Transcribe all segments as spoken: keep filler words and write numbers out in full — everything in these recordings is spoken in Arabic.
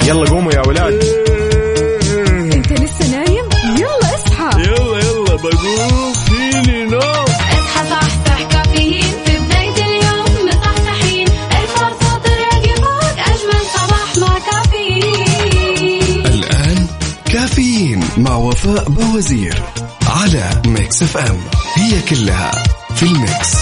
يلا قوموا يا ولاد. انت لسه نايم؟ يلا اصحى. يلا يلا بقوم فيني نوم. اصحى صحصح كافيين في بداية اليوم مصحصحين. الفرصة تراقي فوق أجمل صباح مع كافيين. الآن كافيين مع وفاء بوزير على ميكس اف ام. هي كلها في الميكس.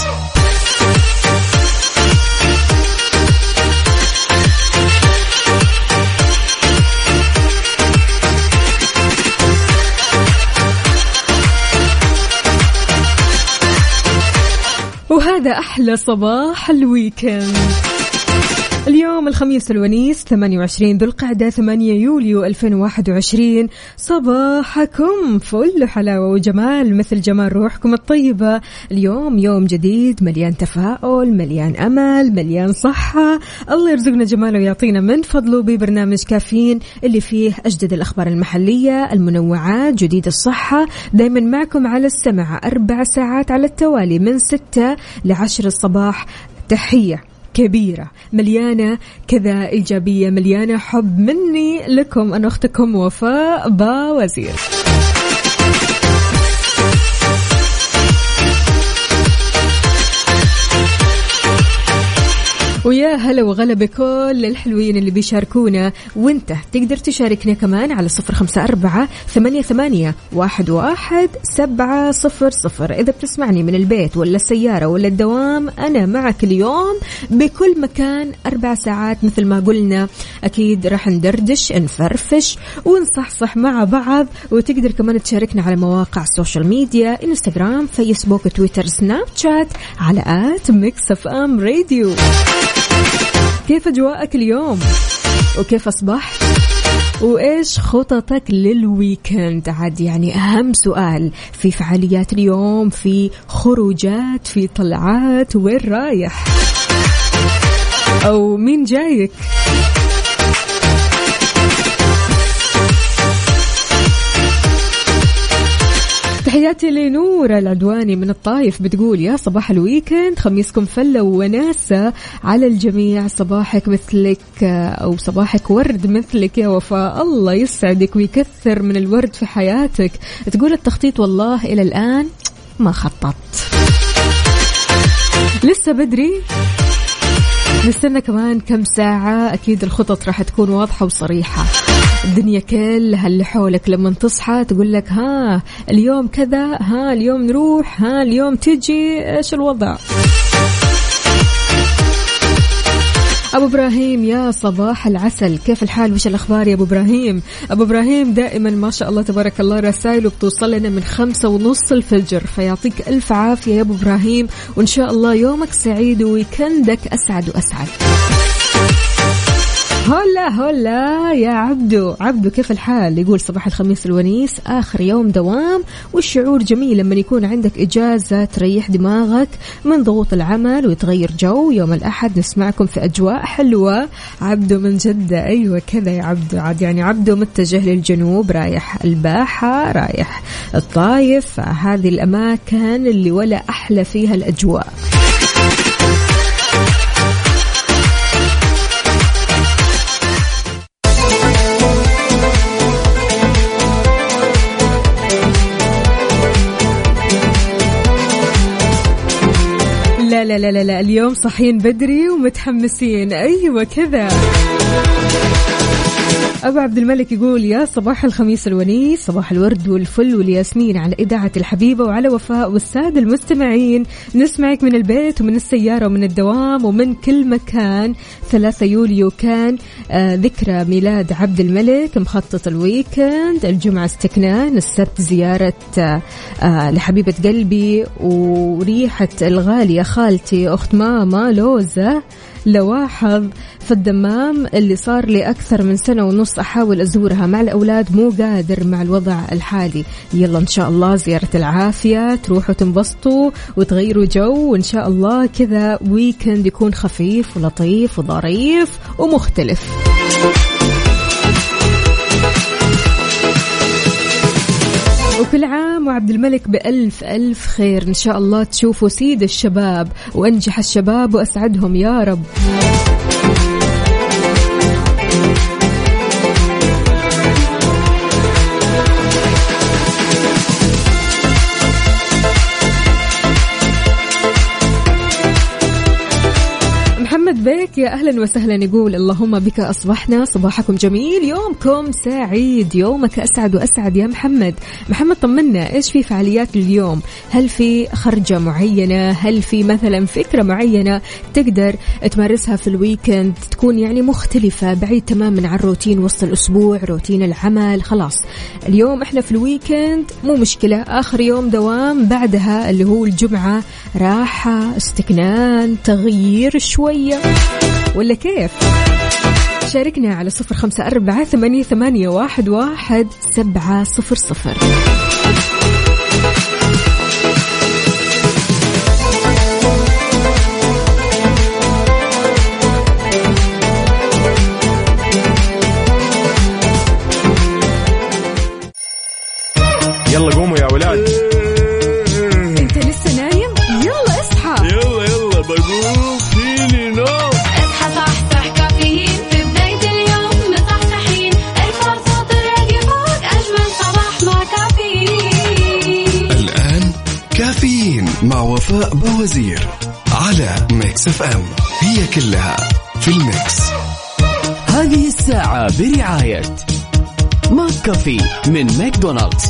وهذا أحلى صباح الويكند. اليوم الخميس الونيس ثمانية وعشرين ذو القعدة ثمانية يوليو ألفين وواحد وعشرين. صباحكم فل حلاوة وجمال مثل جمال روحكم الطيبة. اليوم يوم جديد مليان تفاؤل، مليان أمل، مليان صحة. الله يرزقنا جماله ويعطينا من فضله ببرنامج كافيين اللي فيه أجدد الأخبار المحلية، المنوعات، جديد الصحة. دايما معكم على السمع أربع ساعات على التوالي من ستة لعشر الصباح. تحية كبيرة مليانة كذا إيجابية، مليانة حب مني لكم. أنا أختكم وفاء باوزير. ويا هلا وغلا بكل الحلوين اللي بيشاركونا، وانت تقدر تشاركنا كمان على صفر خمسة أربعة ثمانية ثمانية واحد واحد سبعة صفر صفر. إذا بتسمعني من البيت ولا السيارة ولا الدوام أنا معك اليوم بكل مكان أربع ساعات مثل ما قلنا. أكيد راح ندردش نفرفش ونصحصح مع بعض. وتقدر كمان تشاركنا على مواقع السوشيال ميديا، إنستغرام، فيسبوك، تويتر، سناب شات على آت ميكس اف ام راديو. كيف أجواءك اليوم؟ وكيف أصبحت؟ وإيش خططك للويكند؟ عاد يعني أهم سؤال. في فعاليات اليوم، في خروجات، في طلعات، وين رايح؟ أو مين جايك؟ تحياتي لنورة العدواني من الطايف، بتقول يا صباح الويكند، خميسكم فلة وناسة على الجميع. صباحك مثلك أو صباحك ورد مثلك يا وفاء. الله يسعدك ويكثر من الورد في حياتك. تقول التخطيط والله إلى الآن ما خططت، لسه بدري، نستنى كمان كم ساعة. أكيد الخطط راح تكون واضحة وصريحة. الدنيا كلها اللي حولك لما تصحى تقول لك ها اليوم كذا، ها اليوم نروح، ها اليوم تجي، إيش الوضع؟ أبو إبراهيم يا صباح العسل، كيف الحال وش الأخبار يا أبو إبراهيم؟ أبو إبراهيم دائما ما شاء الله تبارك الله رسائله بتوصل لنا من خمسة ونص الفجر، فيعطيك ألف عافية يا أبو إبراهيم، وإن شاء الله يومك سعيد ويكندك أسعد وأسعد. هلا هلا يا عبدو، عبدو كيف الحال؟ يقول صباح الخميس الونيس، آخر يوم دوام والشعور جميل لما يكون عندك إجازة تريح دماغك من ضغوط العمل ويتغير جو. يوم الأحد نسمعكم في أجواء حلوة. عبدو من جدة، أيوة كذا يا عبدو. عاد يعني عبدو متجه للجنوب، رايح الباحة، رايح الطايف، هذه الأماكن اللي ولا أحلى فيها الأجواء. لا لا لا لا اليوم صحين بدري ومتحمسين، أيوة كذا. أبو عبد الملك يقول يا صباح الخميس الونيس، صباح الورد والفل والياسمين على إذاعة الحبيبة وعلى وفاء والسادة المستمعين. نسمعك من البيت ومن السيارة ومن الدوام ومن كل مكان. ثلاثة يوليو كان آه ذكرى ميلاد عبد الملك، مخطط الويكند، الجمعة استكنان، السبت زيارة آه آه لحبيبة قلبي وريحة الغالية خالتي أخت ماما لوزة. لواحظ في الدمام اللي صار لي أكثر من سنة ونص أحاول أزورها مع الأولاد، مو قادر مع الوضع الحالي. يلا إن شاء الله زيارة العافية، تروحوا تنبسطوا وتغيروا جو، وإن شاء الله كذا ويكند يكون خفيف ولطيف وظريف ومختلف. وكل عام وعبد الملك بألف ألف خير، إن شاء الله تشوفوا سيد الشباب وأنجح الشباب وأسعدهم يا رب. مالك يا أهلا وسهلا، يقول اللهم بك أصبحنا، صباحكم جميل، يومكم سعيد، يومك أسعد وأسعد يا محمد. محمد طمنا، إيش في فعاليات اليوم؟ هل في خرجة معينة؟ هل في مثلا فكرة معينة تقدر تمارسها في الويكند تكون يعني مختلفة، بعيد تماما عن روتين وسط الأسبوع، روتين العمل؟ خلاص اليوم إحنا في الويكند، مو مشكلة، آخر يوم دوام، بعدها اللي هو الجمعة راحة، استكنان، تغيير شوية، ولا كيف؟ شاركنا على صفر خمسة أربعة ثمانية ثمانية واحد واحد سبعة صفر صفر. يلا قوموا يا ولاد. انت لسه نايم؟ يلا اصحى. يلا يلا بقوم فيني نوم. اصحى صحصح كافيين في بداية اليوم مصحصحين، ارفع صوت الراديو فوق أجمل صباح مع كافيين. الآن كافيين مع وفاء بوزير على ميكس اف ام، هي كلها في الميكس. هذه الساعة برعاية ماك كافي من ماكدونالدز.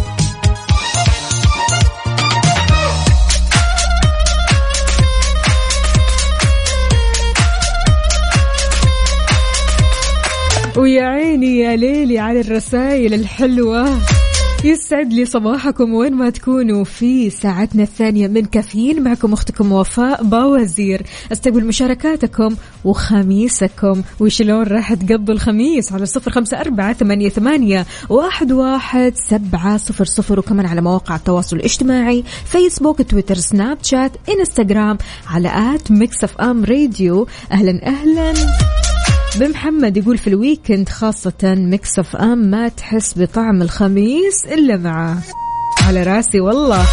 ويا عيني يا ليلي على الرسائل الحلوة، يسعد لي صباحكم وين ما تكونوا في ساعتنا الثانية من كافيين. معكم أختكم وفاء باوزير، استقبل مشاركاتكم وخميسكم، وشلون راح تقضوا الخميس على صفر خمسة أربعة ثمانية ثمانية واحد واحد سبعة صفر صفر، وكمان على مواقع التواصل الاجتماعي فيسبوك، تويتر، سناب شات، إنستغرام على آت ميكس أف أم راديو. أهلا أهلا بمحمد، يقول في الويكند خاصة ميكس أف أم ما تحس بطعم الخميس إلا معه. على راسي والله.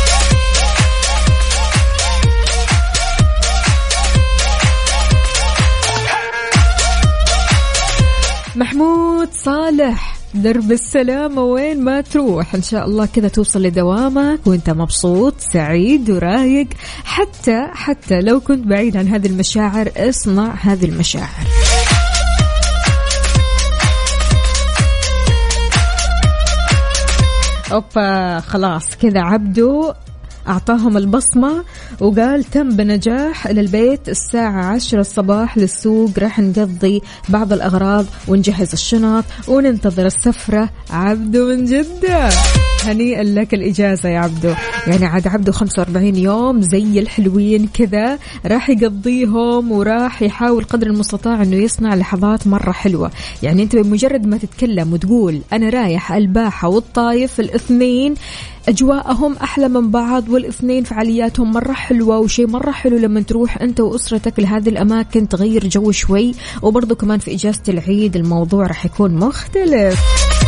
محمود صالح، درب السلامة وين ما تروح إن شاء الله كذا توصل لدوامك وانت مبسوط سعيد ورايق، حتى حتى لو كنت بعيد عن هذه المشاعر اصنع هذه المشاعر. أوبا خلاص كذا عبدو أعطاهم البصمة وقال تم بنجاح إلى البيت الساعة عشرة الصباح، للسوق راح نقضي بعض الأغراض ونجهز الشنط وننتظر السفرة. عبدو من جدة، هنيئا لك الإجازة يا عبدو. يعني عاد عبدو خمسة وأربعين يوم زي الحلوين كذا راح يقضيهم، وراح يحاول قدر المستطاع أنه يصنع لحظات مرة حلوة. يعني أنت بمجرد ما تتكلم وتقول أنا رايح الباحة والطايف، الاثنين أجواءهم أحلى من بعض، والاثنين فعالياتهم مرة حلوة، وشيء مرة حلو لما تروح أنت وأسرتك لهذه الأماكن تغير جو شوي. وبرضو كمان في إجازة العيد الموضوع راح يكون مختلف.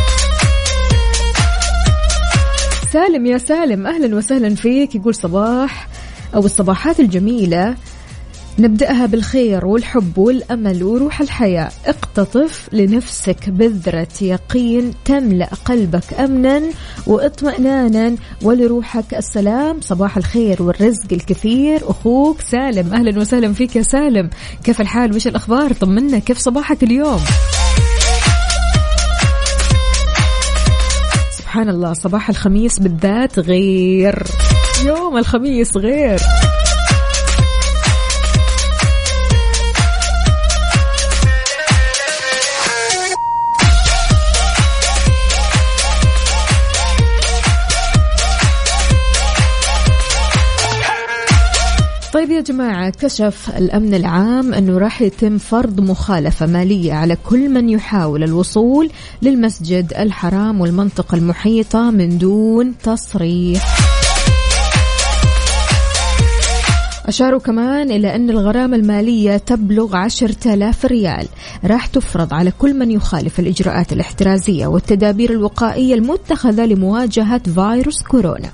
سالم يا سالم أهلا وسهلا فيك، يقول صباح أو الصباحات الجميلة نبدأها بالخير والحب والأمل وروح الحياة. اقتطف لنفسك بذرة يقين تملأ قلبك أمنا واطمئنانا، ولروحك السلام. صباح الخير والرزق الكثير، أخوك سالم. أهلا وسهلا فيك يا سالم، كيف الحال وش الأخبار؟ طمنا كيف صباحك اليوم؟ سبحان الله، صباح الخميس بالذات غير، يوم الخميس غير. طيب يا جماعة، كشف الأمن العام أنه راح يتم فرض مخالفة مالية على كل من يحاول الوصول للمسجد الحرام والمنطقة المحيطة من دون تصريح. أشاروا كمان إلى أن الغرامة المالية تبلغ عشرة آلاف ريال، راح تفرض على كل من يخالف الإجراءات الاحترازية والتدابير الوقائية المتخذة لمواجهة فيروس كورونا.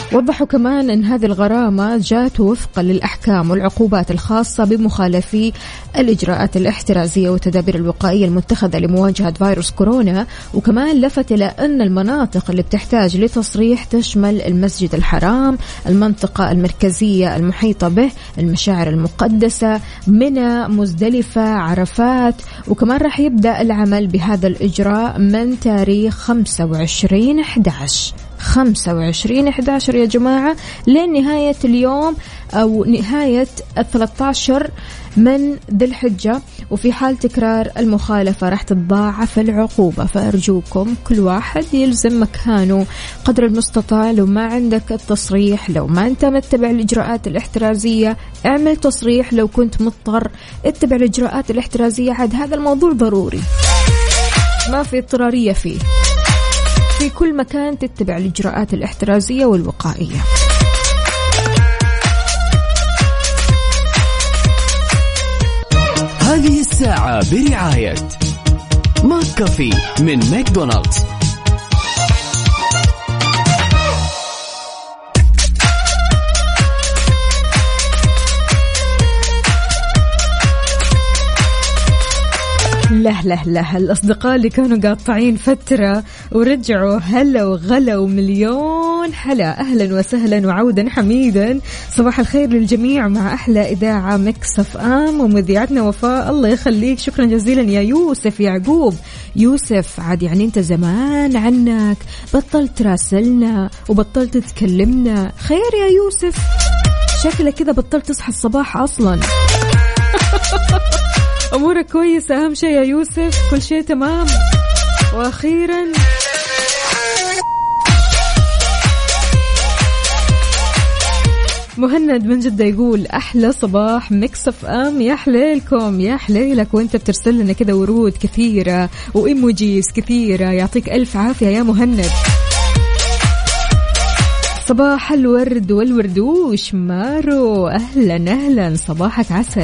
وضحوا كمان أن هذه الغرامة جاءت وفقا للأحكام والعقوبات الخاصة بمخالفي الإجراءات الاحترازية والتدابير الوقائية المتخذة لمواجهة فيروس كورونا. وكمان لفت إلى أن المناطق اللي بتحتاج لتصريح تشمل المسجد الحرام، المنطقة المركزية المحيطة به، المشاعر المقدسة، منى، مزدلفة، عرفات. وكمان راح يبدأ العمل بهذا الإجراء من تاريخ خمسة وعشرين أحد عشر خمسة وعشرين أحد عشر يا جماعة لنهاية اليوم أو نهاية الثلاثة عشر من ذي الحجة. وفي حال تكرار المخالفة راح تتضاعف العقوبة، فأرجوكم كل واحد يلزم مكانه قدر المستطاع. لو ما عندك التصريح، لو ما أنت متبع الإجراءات الاحترازية، اعمل تصريح. لو كنت مضطر اتبع الإجراءات الاحترازية. عاد هذا الموضوع ضروري، ما في اضطرارية فيه، في كل مكان تتبع الإجراءات الاحترازية والوقائية. هذه الساعة برعاية ماك كافي من ماكدونالدز. لا لا لا، الأصدقاء اللي كانوا قاطعين فترة ورجعوا هلا وغلا ومليون حلا، أهلا وسهلا وعودا حميدا. صباح الخير للجميع مع أحلى إذاعة ميكس اف ام ومذيعتنا وفاء. الله يخليك، شكرا جزيلا يا يوسف يعقوب. يوسف عاد يعني أنت زمان عنك بطلت تراسلنا وبطلت تكلمنا. خير يا يوسف، شكلك كذا بطلت تصحى الصباح أصلا. أمورك كويسة أهم شيء يا يوسف، كل شيء تمام. وأخيرا مهند من جدة يقول أحلى صباح ميكس اف ام، يا حليلكم يا حليلك، وانت بترسل لنا كذا ورود كثيرة وإيموجيز كثيرة. يعطيك ألف عافية يا مهند. صباح الورد والوردوش مارو، أهلا أهلا، صباحك عسل.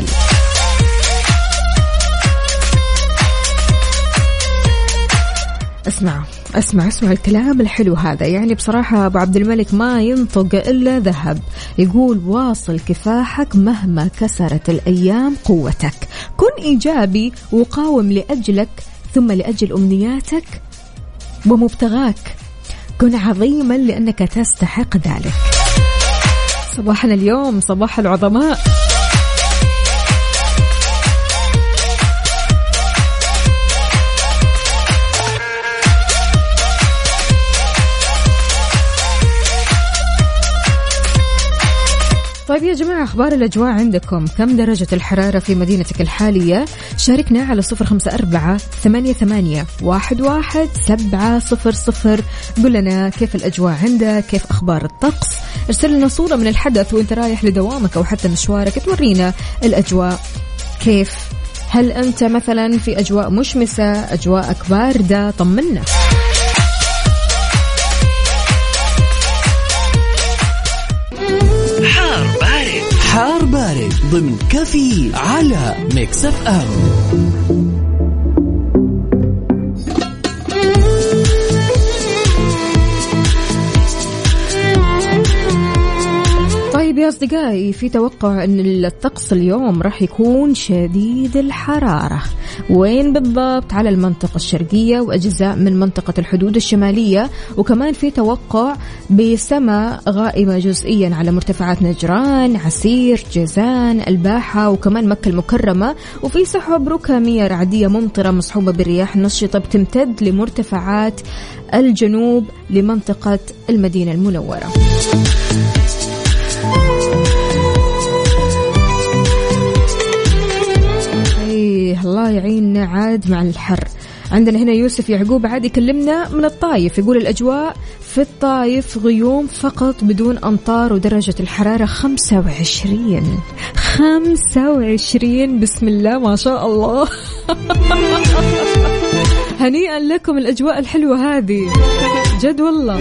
اسمع اسمع اسمع الكلام الحلو هذا، يعني بصراحة أبو عبد الملك ما ينطق إلا ذهب. يقول واصل كفاحك مهما كسرت الأيام قوتك، كن إيجابي وقاوم لأجلك ثم لأجل أمنياتك ومبتغاك، كن عظيما لأنك تستحق ذلك. صباحنا اليوم صباح العظماء. طيب يا جماعة، أخبار الأجواء عندكم؟ كم درجة الحرارة في مدينتك الحالية؟ شاركنا على صفر خمسة أربعة ثمانية ثمانية واحد واحد سبعة صفر صفر. قل لنا كيف الأجواء عندك، كيف أخبار الطقس. ارسل لنا صورة من الحدث وانت رايح لدوامك أو حتى مشوارك، تورينا الأجواء كيف. هل أنت مثلا في أجواء مشمسة، أجواءك باردة؟ طمنا. حار بارد، حار بارد ضمن كفي على ميكس اف ام. طيب يا أصدقائي، في توقع أن الطقس اليوم راح يكون شديد الحرارة. وين بالضبط؟ على المنطقة الشرقية وأجزاء من منطقة الحدود الشمالية. وكمان في توقع بسماء غائمة جزئيا على مرتفعات نجران، عسير، جيزان، الباحة وكمان مكة المكرمة. وفي سحب ركامية رعدية ممطرة مصحوبة بالرياح النشطة بتمتد لمرتفعات الجنوب لمنطقة المدينة المنورة. الله يعيننا عاد مع الحر. عندنا هنا يوسف يعقوب عاد يكلمنا من الطايف، يقول الأجواء في الطايف غيوم فقط بدون أمطار، ودرجة الحرارة خمسة وعشرين خمسة وعشرين. بسم الله ما شاء الله. هنيئا لكم الأجواء الحلوة هذه جد والله.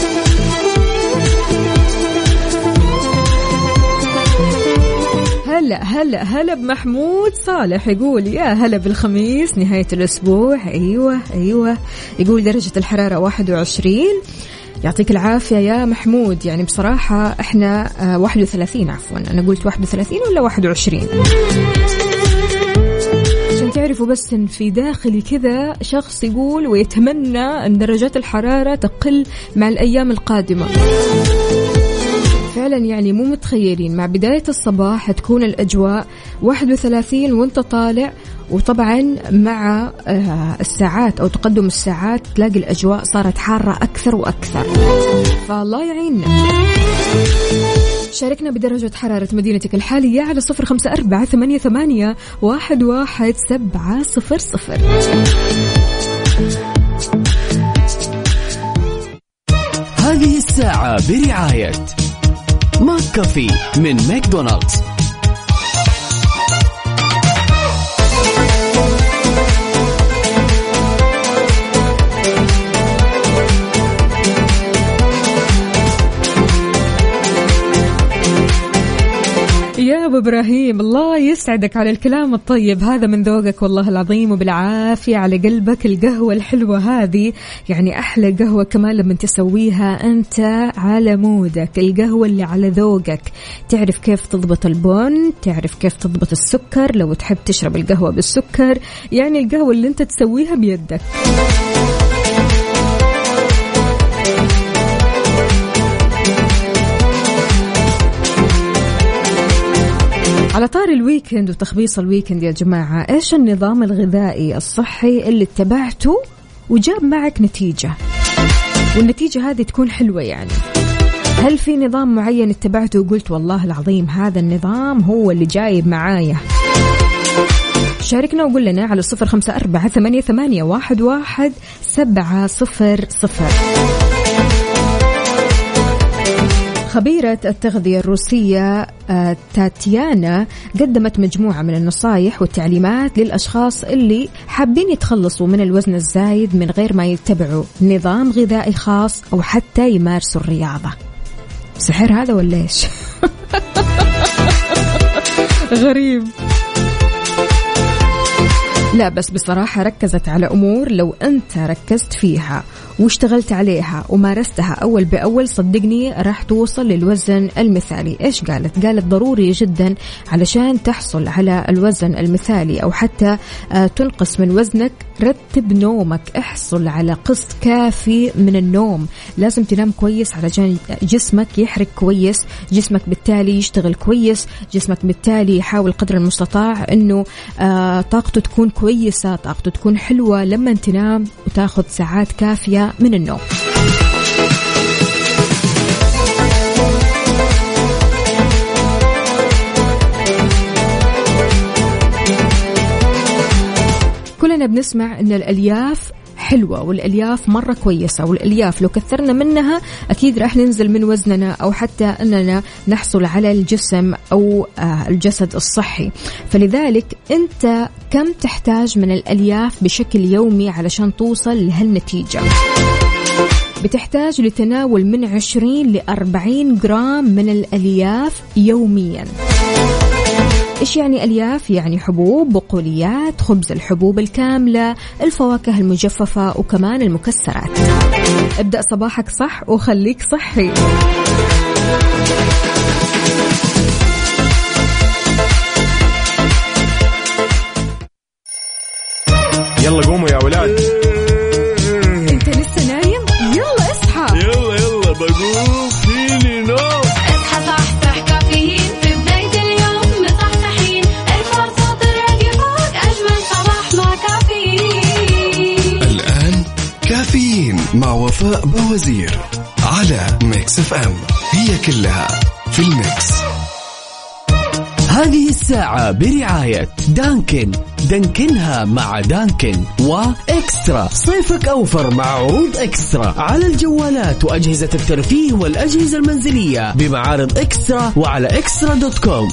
هلا هلا هلا هلا بمحمود صالح، يقول يا هلا بالخميس نهاية الأسبوع. أيوة أيوة، يقول درجة الحرارة واحد وعشرين. يعطيك العافية يا محمود. يعني بصراحة احنا آه واحد وثلاثين، عفوا أنا قلت واحد وثلاثين ولا واحد وعشرين، عشان تعرفوا بس إن في داخلي كذا شخص يقول ويتمنى أن درجات الحرارة تقل مع الأيام القادمة. فعلا يعني مو متخيلين مع بداية الصباح تكون الأجواء واحد وثلاثين وانت طالع، وطبعا مع الساعات أو تقدم الساعات تلاقي الأجواء صارت حارة أكثر وأكثر، فالله يعيننا. شاركنا بدرجة حرارة مدينتك الحالية على صفر خمسة أربعة ثمانية ثمانية واحد واحد سبعة صفر صفر. هذه الساعة برعاية ماك كافي من ماكدونالدز. يا أبو إبراهيم الله يسعدك على الكلام الطيب هذا، من ذوقك والله العظيم، وبالعافية على قلبك. القهوة الحلوة هذه يعني أحلى قهوة كمان لما تسويها أنت على مودك، القهوة اللي على ذوقك، تعرف كيف تضبط البن، تعرف كيف تضبط السكر لو تحب تشرب القهوة بالسكر، يعني القهوة اللي أنت تسويها بيدك. على طار الويكند وتخبيص الويكند يا جماعة، إيش النظام الغذائي الصحي اللي اتبعته وجاب معك نتيجة، والنتيجة هذه تكون حلوة؟ يعني هل في نظام معين اتبعته وقلت والله العظيم هذا النظام هو اللي جايب معايا؟ شاركنا وقول لنا على صفر خمسة أربعة ثمانية ثمانية واحد واحد سبعة صفر صفر. خبيرة التغذية الروسية تاتيانا قدمت مجموعة من النصائح والتعليمات للأشخاص اللي حابين يتخلصوا من الوزن الزايد من غير ما يتبعوا نظام غذائي خاص أو حتى يمارسوا الرياضة. سحر هذا ولا إيش؟ غريب. لا بس بصراحة ركزت على أمور لو أنت ركزت فيها واشتغلت عليها ومارستها أول بأول صدقني راح توصل للوزن المثالي. إيش قالت؟ قالت ضروري جدا علشان تحصل على الوزن المثالي أو حتى تنقص من وزنك رتب نومك، احصل على قسط كافي من النوم، لازم تنام كويس علشان جسمك يحرق كويس، جسمك بالتالي يشتغل كويس، جسمك بالتالي يحاول قدر المستطاع أنه آه طاقته تكون كويسة، طاقته تكون حلوة لما تنام وتاخذ ساعات كافية من النوم. كلنا بنسمع أن الألياف حلوة والألياف مرة كويسة، والألياف لو كثرنا منها أكيد راح ننزل من وزننا أو حتى أننا نحصل على الجسم أو الجسد الصحي. فلذلك أنت كم تحتاج من الألياف بشكل يومي علشان توصل لهالنتيجة؟ بتحتاج لتناول من عشرين لأربعين جرام من الألياف يوميا. إيش يعني ألياف؟ يعني حبوب، بقوليات، خبز الحبوب الكاملة، الفواكه المجففة وكمان المكسرات. ابدأ صباحك صح وخليك صحي. يلا قوموا يا ولاد. انت لسه نايم؟ يلا اصحى. يلا يلا بقوم فيني نوم. اصحى صحصح كافيين في بداية اليوم مصحصحين، ارفع صوت الراديو فوق أجمل صباح مع كافيين. الآن كافيين مع وفاء بوزير على ميكس اف ام، هي كلها في الميكس. هذه الساعة برعاية دانكن، دانكنها مع دانكن، وإكسترا صيفك أوفر مع عروض إكسترا على الجوالات وأجهزة الترفيه والأجهزة المنزلية بمعارض إكسترا وعلى إكسترا دوت كوم.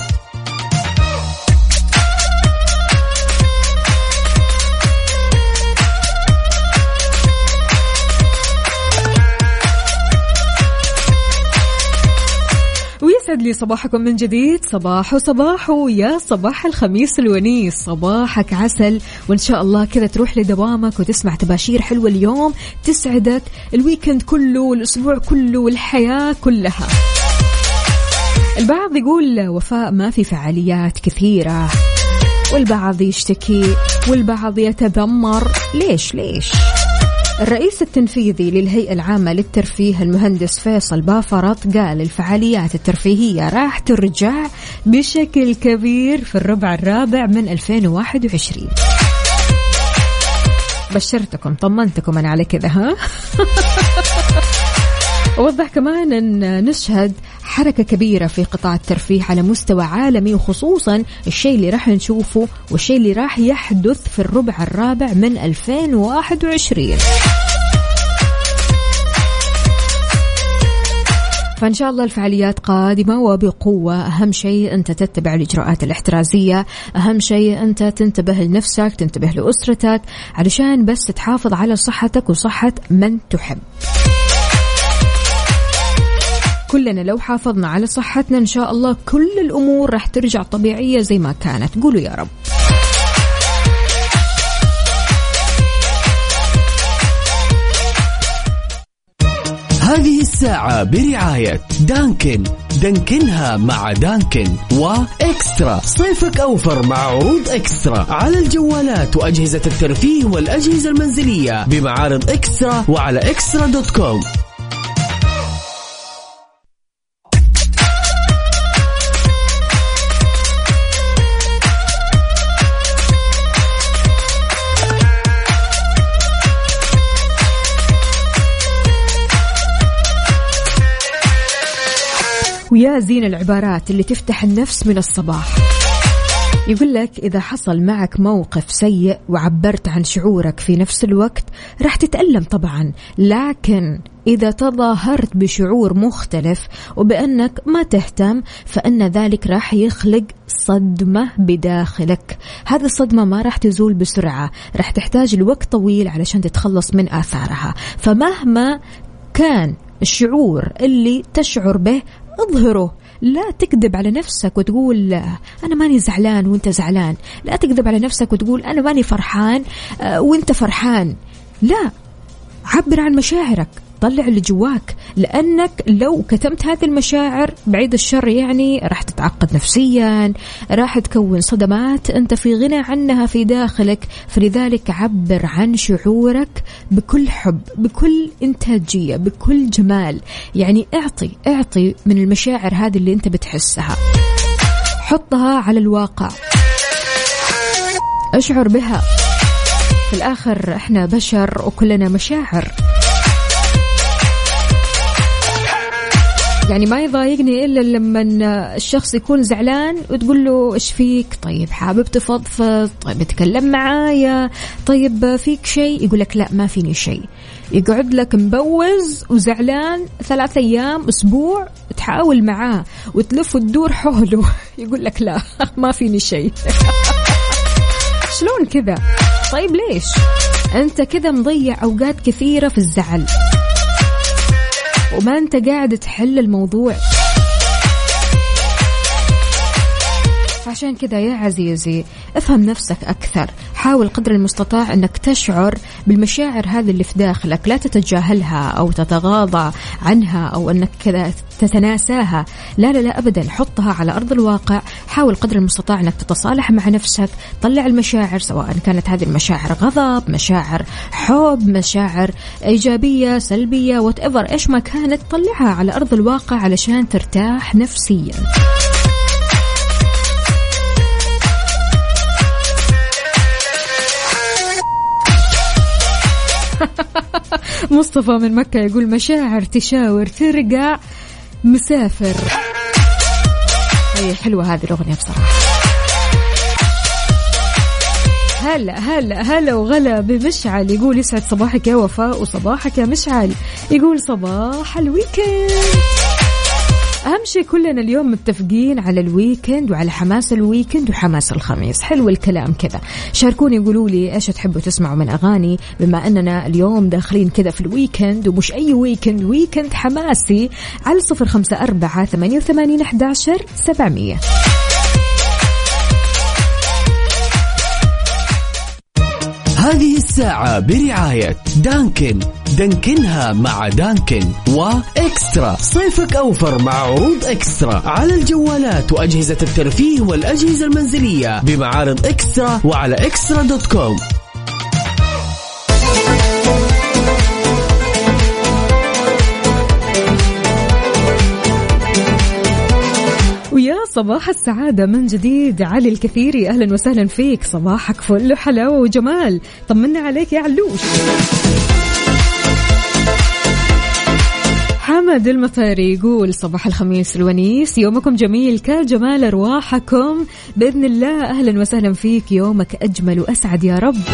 يسعد لي صباحكم من جديد. صباح وصباح يا صباح الخميس الونيس، صباحك عسل وإن شاء الله كذا تروح لدوامك وتسمع تباشير حلوة اليوم تسعدك الويكند كله والأسبوع كله والحياة كلها. البعض يقول وفاء ما في فعاليات كثيرة، والبعض يشتكي والبعض يتذمر. ليش ليش؟ الرئيس التنفيذي للهيئة العامة للترفيه المهندس فيصل بافرط قال الفعاليات الترفيهية راح ترجع بشكل كبير في الربع الرابع من ألفين وواحد وعشرين. بشرتكم طمنتكم أنا على كذا ها. وضح كمان أن نشهد حركة كبيرة في قطاع الترفيه على مستوى عالمي، وخصوصا الشيء اللي راح نشوفه والشيء اللي راح يحدث في الربع الرابع من ألفين وواحد وعشرين. فإن شاء الله الفعاليات قادمة وبقوة. أهم شيء أنت تتبع الإجراءات الاحترازية، أهم شيء أنت تنتبه لنفسك، تنتبه لأسرتك، علشان بس تحافظ على صحتك وصحة من تحب. كلنا لو حافظنا على صحتنا إن شاء الله كل الأمور راح ترجع طبيعية زي ما كانت. قولوا يا رب. هذه الساعة برعاية دانكن، دانكنها مع دانكن، وإكسترا صيفك أوفر مع عروض إكسترا على الجوالات وأجهزة الترفيه والأجهزة المنزلية بمعارض إكسترا وعلى إكسترا دوت كوم. ويا زين العبارات اللي تفتح النفس من الصباح. يقول لك إذا حصل معك موقف سيء وعبرت عن شعورك في نفس الوقت راح تتألم طبعا، لكن إذا تظاهرت بشعور مختلف وبأنك ما تهتم فإن ذلك راح يخلق صدمة بداخلك. هذه الصدمة ما راح تزول بسرعة، راح تحتاج الوقت طويل علشان تتخلص من آثارها. فمهما كان الشعور اللي تشعر به اظهره، لا تكذب على نفسك وتقول لا أنا ماني زعلان وانت زعلان، لا تكذب على نفسك وتقول أنا ماني فرحان وانت فرحان. لا، عبر عن مشاعرك، طلع اللي جواك، لأنك لو كتمت هذه المشاعر بعيد الشر يعني راح تتعقد نفسيا، راح تكون صدمات أنت في غنى عنها في داخلك. فلذلك عبر عن شعورك بكل حب، بكل إنتاجية، بكل جمال. يعني اعطي اعطي من المشاعر هذه اللي أنت بتحسها، حطها على الواقع، اشعر بها. في الآخر احنا بشر وكلنا مشاعر. يعني ما يضايقني إلا لما الشخص يكون زعلان وتقول له إيش فيك؟ طيب حابب تفضفض؟ طيب تكلم معايا؟ طيب فيك شيء؟ يقول لك لا ما فيني شيء. يقعد لك مبوز وزعلان ثلاث أيام أسبوع، تحاول معاه وتلف وتدور حوله يقول لك لا ما فيني شيء. شلون كذا؟ طيب ليش؟ أنت كذا مضيع أوقات كثيرة في الزعل وما أنت قاعد تحل الموضوع. عشان كذا يا عزيزي افهم نفسك أكثر، حاول قدر المستطاع أنك تشعر بالمشاعر هذه اللي في داخلك، لا تتجاهلها أو تتغاضى عنها أو أنك كذا تتناساها. لا لا لا أبدا، حطها على أرض الواقع. حاول قدر المستطاع أنك تتصالح مع نفسك، طلع المشاعر سواء كانت هذه المشاعر غضب، مشاعر حب، مشاعر إيجابية، سلبية، whatever إيش ما كانت، طلعها على أرض الواقع علشان ترتاح نفسيا. مصطفى من مكة يقول مشاعر تشاور ترجع مسافر. هي حلوة هذه الأغنية بصراحة. هلا هلا هلا وغلا بمشعل يقول يسعد صباحك يا وفاء وصباحك يا مشعل. يقول صباح الويكند. أهم شيء كلنا اليوم متفقين على الويكند وعلى حماس الويكند وحماس الخميس. حلو الكلام كذا. شاركوني قولوا لي إيش تحبوا تسمعوا من أغاني بما أننا اليوم داخلين كذا في الويكند، ومش أي ويكند، ويكند حماسي، على صفر خمسة أربعة ثمانية وثمانين أحد عشر سبعمية. هذه الساعة برعاية دانكن، دانكنها مع دانكن، وإكسترا، صيفك أوفر مع عروض إكسترا على الجوالات وأجهزة الترفيه والأجهزة المنزلية بمعارض إكسترا وعلى إكسترا دوت كوم. ويا صباح السعادة من جديد علي الكثيري، أهلا وسهلا فيك. صباحك فل وحلاوة وجمال. طمنا عليك يا علوش. حمد المطيري يقول صباح الخميس الونيس، يومكم جميل كجمال أرواحكم بإذن الله. أهلا وسهلا فيك، يومك أجمل وأسعد يا رب.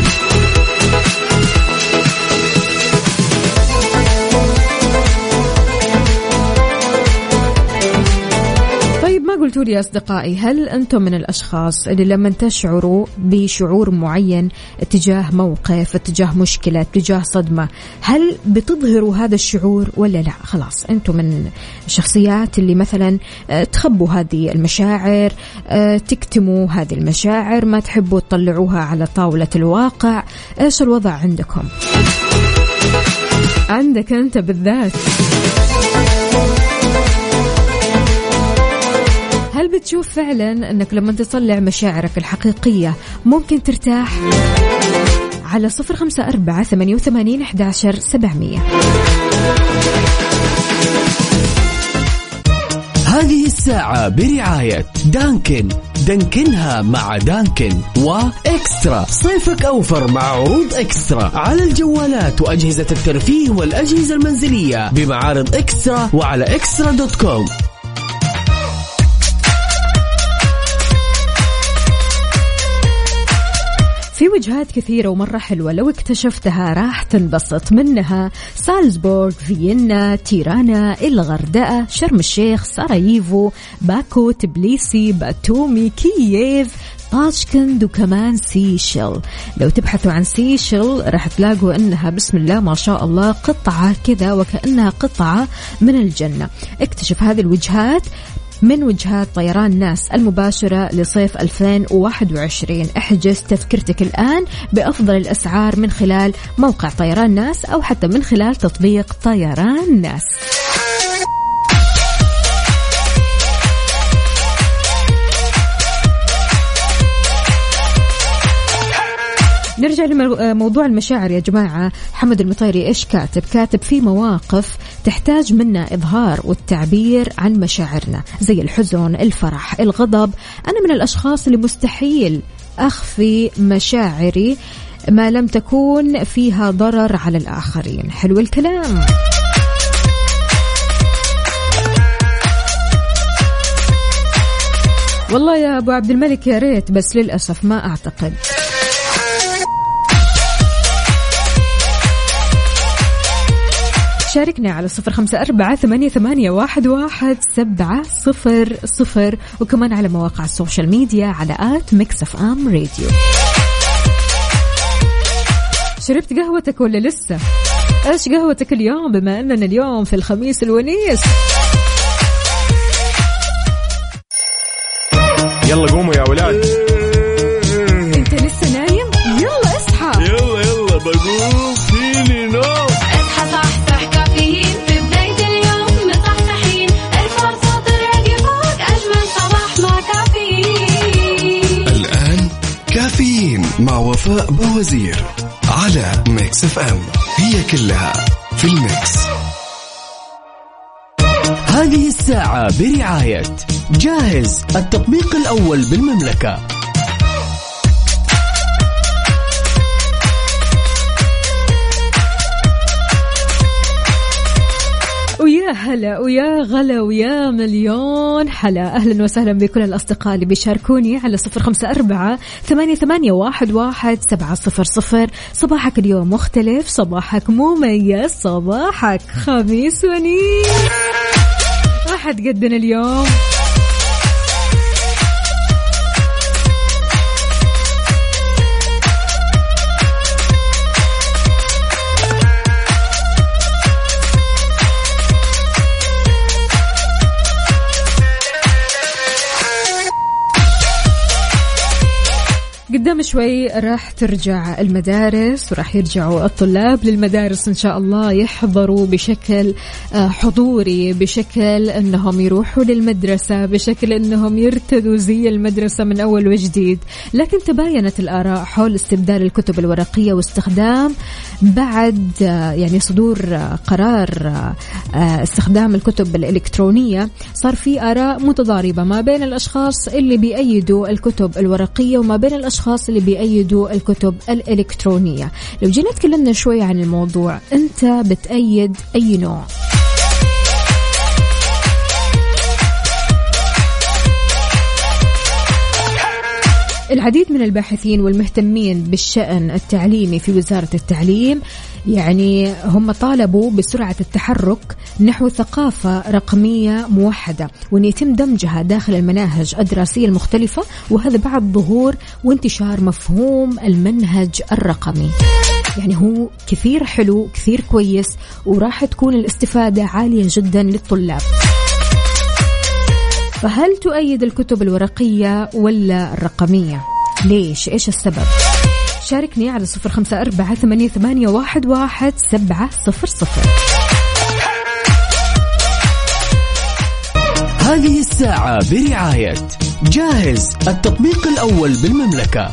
ما قلتوا لي يا أصدقائي، هل أنتم من الأشخاص اللي لما تشعروا بشعور معين اتجاه موقف، اتجاه مشكلة، اتجاه صدمة، هل بتظهروا هذا الشعور ولا لا؟ خلاص أنتم من الشخصيات اللي مثلا تخبوا هذه المشاعر، تكتموا هذه المشاعر، ما تحبوا تطلعوها على طاولة الواقع. إيش الوضع عندكم؟ عندك أنت بالذات، هل بتشوف فعلا أنك لما تطلع مشاعرك الحقيقية ممكن ترتاح؟ على صفر خمسة أربعة ثمانية وثمانين أحد عشر سبعمية. هذه الساعة برعاية دانكن، دانكنها مع دانكن، وإكسترا، صيفك أوفر مع عروض إكسترا على الجوالات وأجهزة الترفيه والأجهزة المنزلية بمعارض إكسترا وعلى إكسترا دوت كوم. في وجهات كثيرة ومرة حلوة، لو اكتشفتها راح تنبسط منها. سالزبورغ، فيينا، تيرانا، الغردقة، شرم الشيخ، ساراييفو، باكو، تبليسي، باتومي، كييف، طاشكند، وكمان سيشل. لو تبحثوا عن سيشل راح تلاقوا أنها بسم الله ما شاء الله قطعة كذا وكأنها قطعة من الجنة. اكتشف هذه الوجهات من وجهات طيران ناس المباشرة لصيف ألفين وواحد وعشرين. احجز تذكرتك الآن بأفضل الأسعار من خلال موقع طيران ناس أو حتى من خلال تطبيق طيران ناس. نرجع لموضوع المشاعر يا جماعة. حمد المطيري إيش كاتب؟ كاتب في مواقف تحتاج منا إظهار والتعبير عن مشاعرنا زي الحزن، الفرح، الغضب. أنا من الأشخاص اللي مستحيل أخفي مشاعري ما لم تكون فيها ضرر على الآخرين. حلو الكلام. والله يا أبو عبد الملك يا ريت، بس للأسف ما أعتقد. شاركنا على صفر خمسة أربعة ثمانية ثمانية واحد واحد سبعة صفر صفر، وكمان على مواقع السوشيال ميديا على آت ميكس أف أم راديو. شربت قهوتك ولا لسه؟ إيش قهوتك اليوم بما أننا اليوم في الخميس الونيس؟ يلا قوموا يا ولاد. أنت لسه نايم؟ يلا اصحى. يلا يلا بقوم فيني نوم. اصحى صحصح كافيين في بداية اليوم مصحصحين، ارفع صوت الراديو فوق أجمل صباح مع كافيين. الآن كافيين مع وفاء بوزير على ميكس اف ام، هي كلها في الميكس. هذه الساعة برعاية جاهز، التطبيق الأول بالمملكة. ويا هلا ويا غلا ويا مليون حلا. أهلا وسهلا بكل الأصدقاء اللي بيشاركوني على صفر خمسة أربعة ثمانية ثمانية واحد واحد سبعة صفر صفر. صباحك اليوم مختلف، صباحك مميز، صباحك خميس ونيس. حد قدنا اليوم. قدام شوي راح ترجع المدارس وراح يرجعوا الطلاب للمدارس إن شاء الله، يحضروا بشكل حضوري، بشكل أنهم يروحوا للمدرسة، بشكل أنهم يرتدوا زي المدرسة من أول وجديد. لكن تباينت الآراء حول استبدال الكتب الورقية واستخدام بعد يعني صدور قرار استخدام الكتب الإلكترونية. صار في آراء متضاربة ما بين الأشخاص اللي بيأيدوا الكتب الورقية وما بين الأشخاص اللي بيأيدوا الكتب الإلكترونية. لو جينا تكلمنا شوي عن الموضوع، أنت بتأيد أي نوع؟ العديد من الباحثين والمهتمين بالشأن التعليمي في وزارة التعليم يعني هم طالبوا بسرعة التحرك نحو ثقافة رقمية موحدة، وأن يتم دمجها داخل المناهج الدراسية المختلفة، وهذا بعد ظهور وانتشار مفهوم المنهج الرقمي. يعني هو كثير حلو، كثير كويس، وراح تكون الاستفادة عالية جدا للطلاب. فهل تؤيد الكتب الورقية ولا الرقمية؟ ليش؟ إيش السبب؟ شاركني على صفر خمسة أربعة ثمانية ثمانية واحد واحد سبعة صفر صفر. هذه الساعة برعاية جاهز، التطبيق الأول بالمملكة.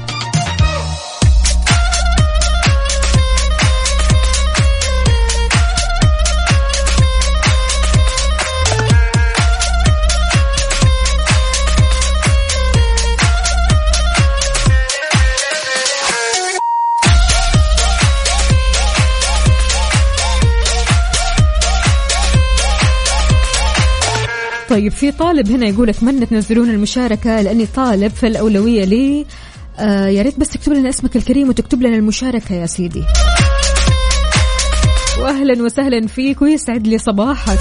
طيب في طالب هنا يقول أتمنى تنزلون المشاركة لأني طالب، فالأولوية لي. آه يا ريت بس تكتب لنا اسمك الكريم وتكتب لنا المشاركة يا سيدي. وأهلا وسهلا فيك ويسعد لي صباحك.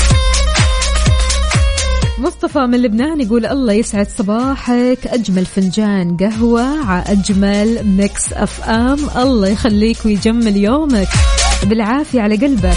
مصطفى من لبنان يقول الله يسعد صباحك، أجمل فنجان قهوة ع أجمل ميكس أف أم، الله يخليك ويجمل يومك بالعافية على قلبك.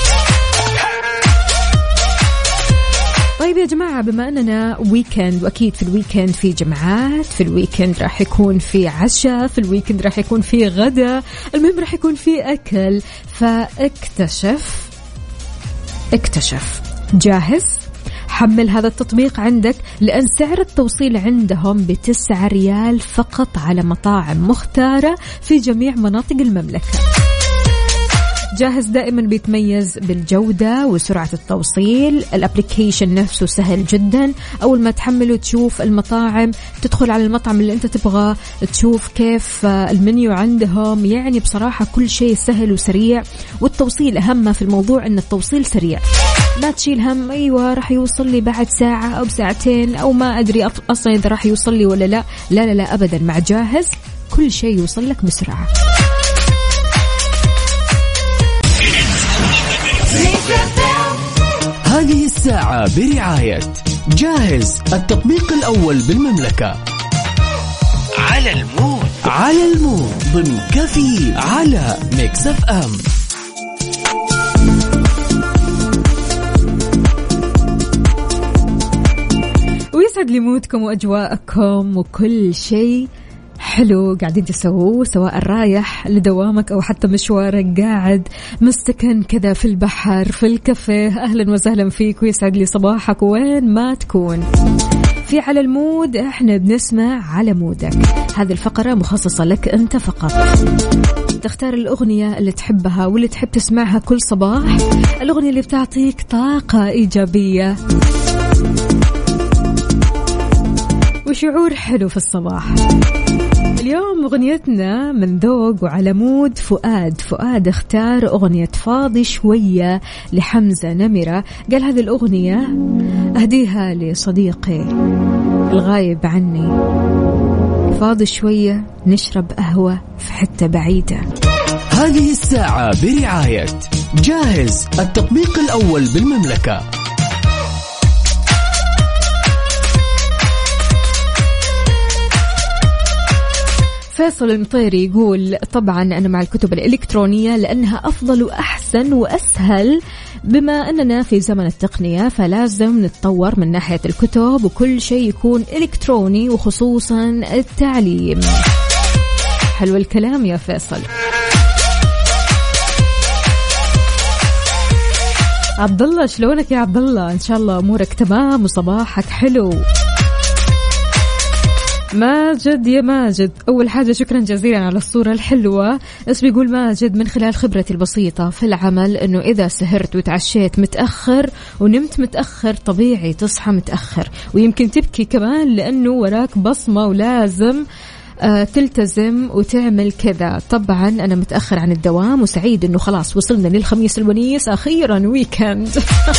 طيب يا جماعة، بما أننا ويكند، وأكيد في الويكند في جمعات، في الويكند راح يكون في عشاء، في الويكند راح يكون في غدا، المهم راح يكون في أكل. فاكتشف اكتشف جاهز، حمل هذا التطبيق عندك، لأن سعر التوصيل عندهم بتسعة ريال فقط على مطاعم مختارة في جميع مناطق المملكة. جاهز دائما بيتميز بالجودة وسرعة التوصيل. الابليكيشن نفسه سهل جدا، أول ما تحمله تشوف المطاعم، تدخل على المطعم اللي أنت تبغى، تشوف كيف المنيو عندهم. يعني بصراحة كل شيء سهل وسريع، والتوصيل أهم ما في الموضوع أن التوصيل سريع. لا تشيل هم أيوة راح يوصل لي بعد ساعة أو ساعتين أو ما أدري أصلا إذا راح يوصل لي ولا لا. لا لا لا أبدا، مع جاهز كل شيء يوصل لك بسرعة. هذه الساعة برعاية جاهز، التطبيق الأول بالمملكة. على المود على المود ضمن كفي على ميكس أف أم. ويسعد لي مودكم وأجواءكم وكل شيء حلو قاعدين تسووه، سواء رايح لدوامك أو حتى مشوارك، قاعد مستكن كذا في البحر، في الكافيه. أهلا وسهلا فيك ويسعد لي صباحك وين ما تكون. في على المود احنا بنسمع على مودك، هذه الفقرة مخصصة لك أنت فقط. تختار الأغنية اللي تحبها واللي تحب تسمعها كل صباح، الأغنية اللي بتعطيك طاقة إيجابية وشعور حلو في الصباح. اليوم أغنيتنا من ذوق وعلى مود فؤاد. فؤاد اختار أغنية فاضي شوية لحمزة نمرة، قال هذه الأغنية أهديها لصديقي الغايب عني، فاضي شوية نشرب قهوة في حتة بعيدة. هذه الساعة برعاية جاهز، التطبيق الأول بالمملكة. فيصل المطيري يقول طبعا أنا مع الكتب الإلكترونية لأنها أفضل وأحسن وأسهل، بما أننا في زمن التقنية فلازم نتطور من ناحية الكتب وكل شيء يكون إلكتروني وخصوصا التعليم. حلو الكلام يا فيصل. عبد الله شلونك يا عبد الله؟ إن شاء الله أمورك تمام وصباحك حلو. ماجد يا ماجد، أول حاجة شكرا جزيلا على الصورة الحلوة. إيش بيقول ماجد؟ من خلال خبرتي البسيطة في العمل أنه إذا سهرت وتعشيت متأخر ونمت متأخر طبيعي تصحى متأخر، ويمكن تبكي كمان لأنه وراك بصمة ولازم آه تلتزم وتعمل كذا. طبعا أنا متأخر عن الدوام وسعيد أنه خلاص وصلنا للخميس الونيس أخيرا ويكند.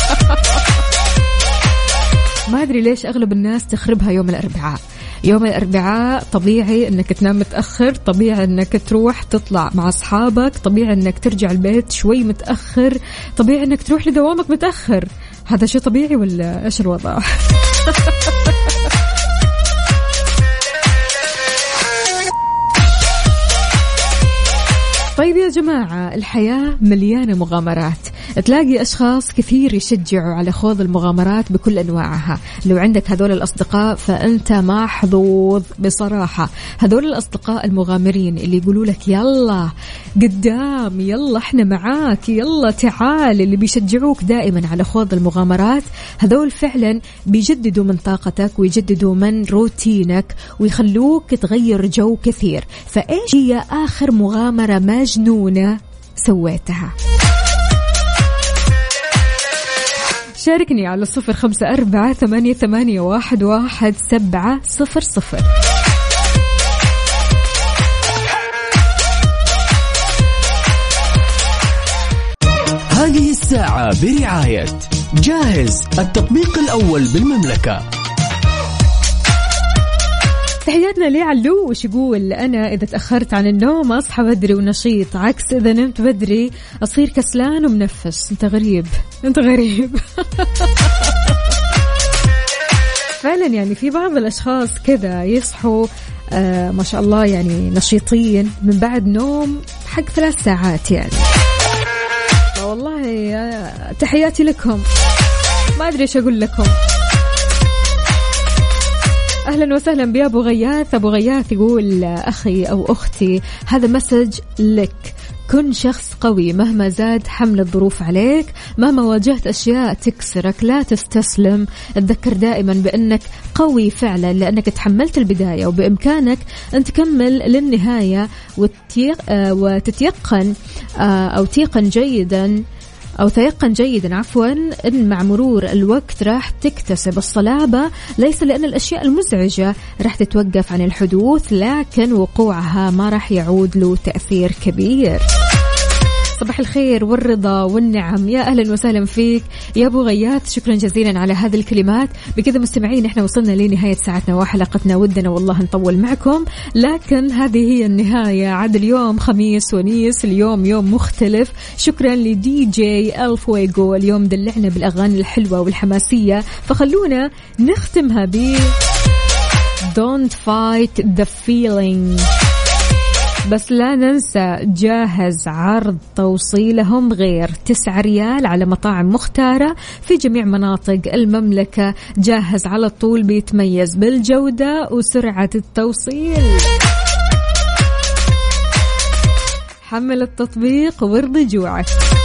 ما أدري ليش أغلب الناس تخربها يوم الأربعاء. يوم الأربعاء طبيعي أنك تنام متأخر، طبيعي أنك تروح تطلع مع أصحابك، طبيعي أنك ترجع البيت شوي متأخر، طبيعي أنك تروح لدوامك متأخر. هذا شيء طبيعي ولا إيش الوضع؟ طيب يا جماعة، الحياة مليانة مغامرات، تلاقي أشخاص كثير يشجعوا على خوض المغامرات بكل أنواعها. لو عندك هذول الأصدقاء فأنت محظوظ بصراحة. هذول الأصدقاء المغامرين اللي يقولوا لك يلا قدام، يلا احنا معاك، يلا تعال، اللي بيشجعوك دائما على خوض المغامرات، هذول فعلا بيجددوا من طاقتك ويجددوا من روتينك ويخلوك تغير جو كثير. فإيش هي آخر مغامرة مجنونة سويتها؟ شاركني على صفر خمسة أربعة ثمانية ثمانية واحد واحد سبعة صفر صفر. هذه الساعة برعاية جاهز، التطبيق الأول بالمملكة. تحياتنا لي علوش، يقول أنا إذا تأخرت عن النوم أصحى بدري ونشيط، عكس إذا نمت بدري أصير كسلان ومنفس. أنت غريب، أنت غريب. فعلا يعني في بعض الأشخاص كذا يصحوا آه ما شاء الله يعني نشيطين من بعد نوم حق ثلاث ساعات يعني. والله تحياتي لكم، ما أدري إيش أقول لكم. أهلا وسهلا بأبو غياث. أبو غياث يقول أخي أو أختي هذا مسج لك، كن شخص قوي مهما زاد حمل الظروف عليك، مهما واجهت أشياء تكسرك لا تستسلم، تذكر دائما بأنك قوي فعلا لأنك تحملت البداية وبإمكانك أن تكمل للنهاية وتتيقن أو تيقن جيدا أو تيقن جيدا عفوا أن مع مرور الوقت راح تكتسب الصلابة، ليس لأن الأشياء المزعجة راح تتوقف عن الحدوث، لكن وقوعها ما راح يعود له تأثير كبير. صباح الخير والرضا والنعم، يا أهلا وسهلا فيك يا أبو غياث، شكرا جزيلا على هذه الكلمات. بكذا مستمعين احنا وصلنا لنهاية ساعتنا وحلقتنا، ودنا والله نطول معكم لكن هذه هي النهاية. عاد اليوم خميس ونيس، اليوم يوم مختلف. شكرا لدي جي الفويغو، اليوم دلعنا بالأغاني الحلوة والحماسية، فخلونا نختمها ب Don't fight the feeling. بس لا ننسى جاهز عرض توصيلهم غير تسعة ريال على مطاعم مختارة في جميع مناطق المملكة. جاهز على طول بيتميز بالجودة وسرعة التوصيل. حمل التطبيق وارضي جوعك.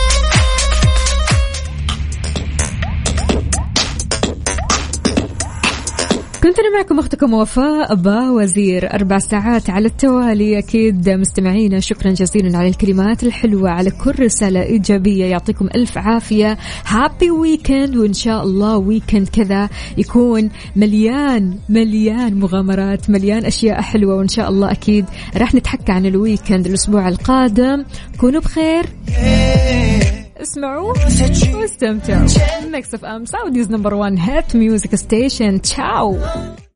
كنت أنا معكم أختكم وفاء باوزير، أربع ساعات على التوالي. أكيد مستمعينا شكرا جزيلا على الكلمات الحلوة، على كل رسالة إيجابية، يعطيكم ألف عافية. هابي ويكند، وإن شاء الله ويكند كذا يكون مليان مليان مغامرات، مليان أشياء حلوة، وإن شاء الله أكيد راح نتحكى عن الويكند الأسبوع القادم. كونوا بخير، اسمعوا واستمتعوا. ميكس اف ام سعوديز نمبر وان هيت ميوزك ستيشن. تشاو.